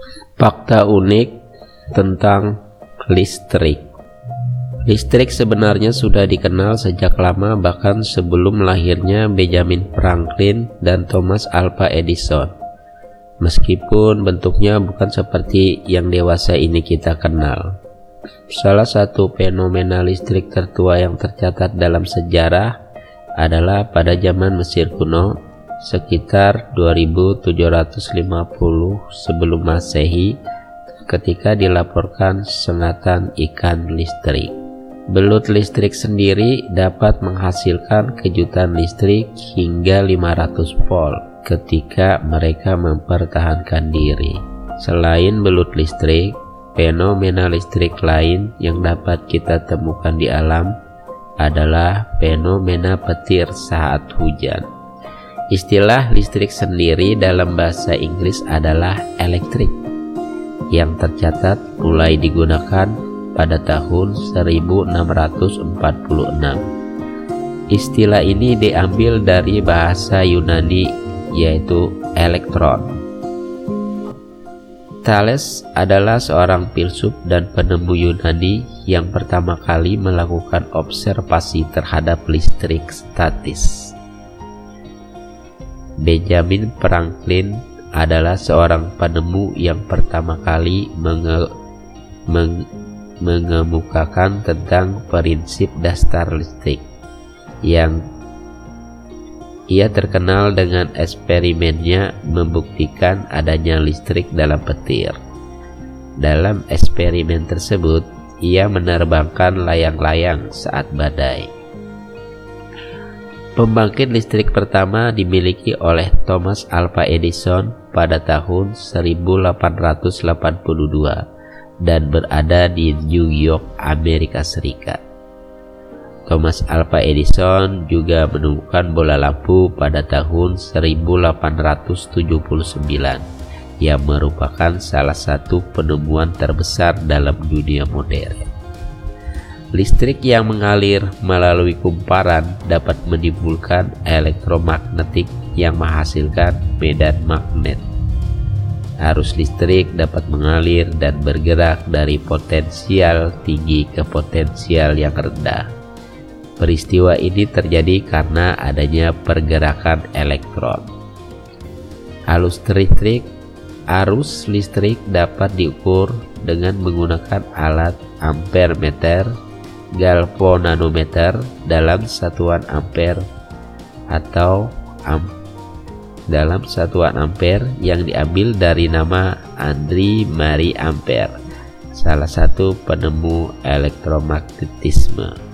Fakta unik tentang listrik. Listrik sebenarnya sudah dikenal sejak lama, bahkan sebelum lahirnya Benjamin Franklin dan Thomas Alva Edison. Meskipun bentuknya bukan seperti yang dewasa ini kita kenal. Salah satu fenomena listrik tertua yang tercatat dalam sejarah adalah pada zaman Mesir kuno, sekitar 2750 sebelum Masehi, ketika dilaporkan sengatan ikan listrik. Belut listrik sendiri dapat menghasilkan kejutan listrik hingga 500 volt ketika mereka mempertahankan diri. Selain belut listrik, fenomena listrik lain yang dapat kita temukan di alam adalah fenomena petir saat hujan. Istilah listrik sendiri dalam bahasa Inggris adalah electric, yang tercatat mulai digunakan pada tahun 1646. Istilah ini diambil dari bahasa Yunani, yaitu elektron. Thales adalah seorang filsuf dan penemu Yunani yang pertama kali melakukan observasi terhadap listrik statis. Benjamin Franklin adalah seorang penemu yang pertama kali mengemukakan tentang prinsip dasar listrik, yang ia terkenal dengan eksperimennya membuktikan adanya listrik dalam petir. Dalam eksperimen tersebut, ia menerbangkan layang-layang saat badai. Pembangkit listrik pertama dimiliki oleh Thomas Alva Edison pada tahun 1882 dan berada di New York, Amerika Serikat. Thomas Alva Edison juga menemukan bola lampu pada tahun 1879 yang merupakan salah satu penemuan terbesar dalam dunia modern. Listrik yang mengalir melalui kumparan dapat menimbulkan elektromagnetik yang menghasilkan medan magnet. Arus listrik dapat mengalir dan bergerak dari potensial tinggi ke potensial yang rendah. Peristiwa ini terjadi karena adanya pergerakan elektron. Arus listrik dapat diukur dengan menggunakan alat ampere meter, galvananometer dalam satuan ampere atau dalam satuan ampere yang diambil dari nama Henri Marie Ampere, salah satu penemu elektromagnetisme.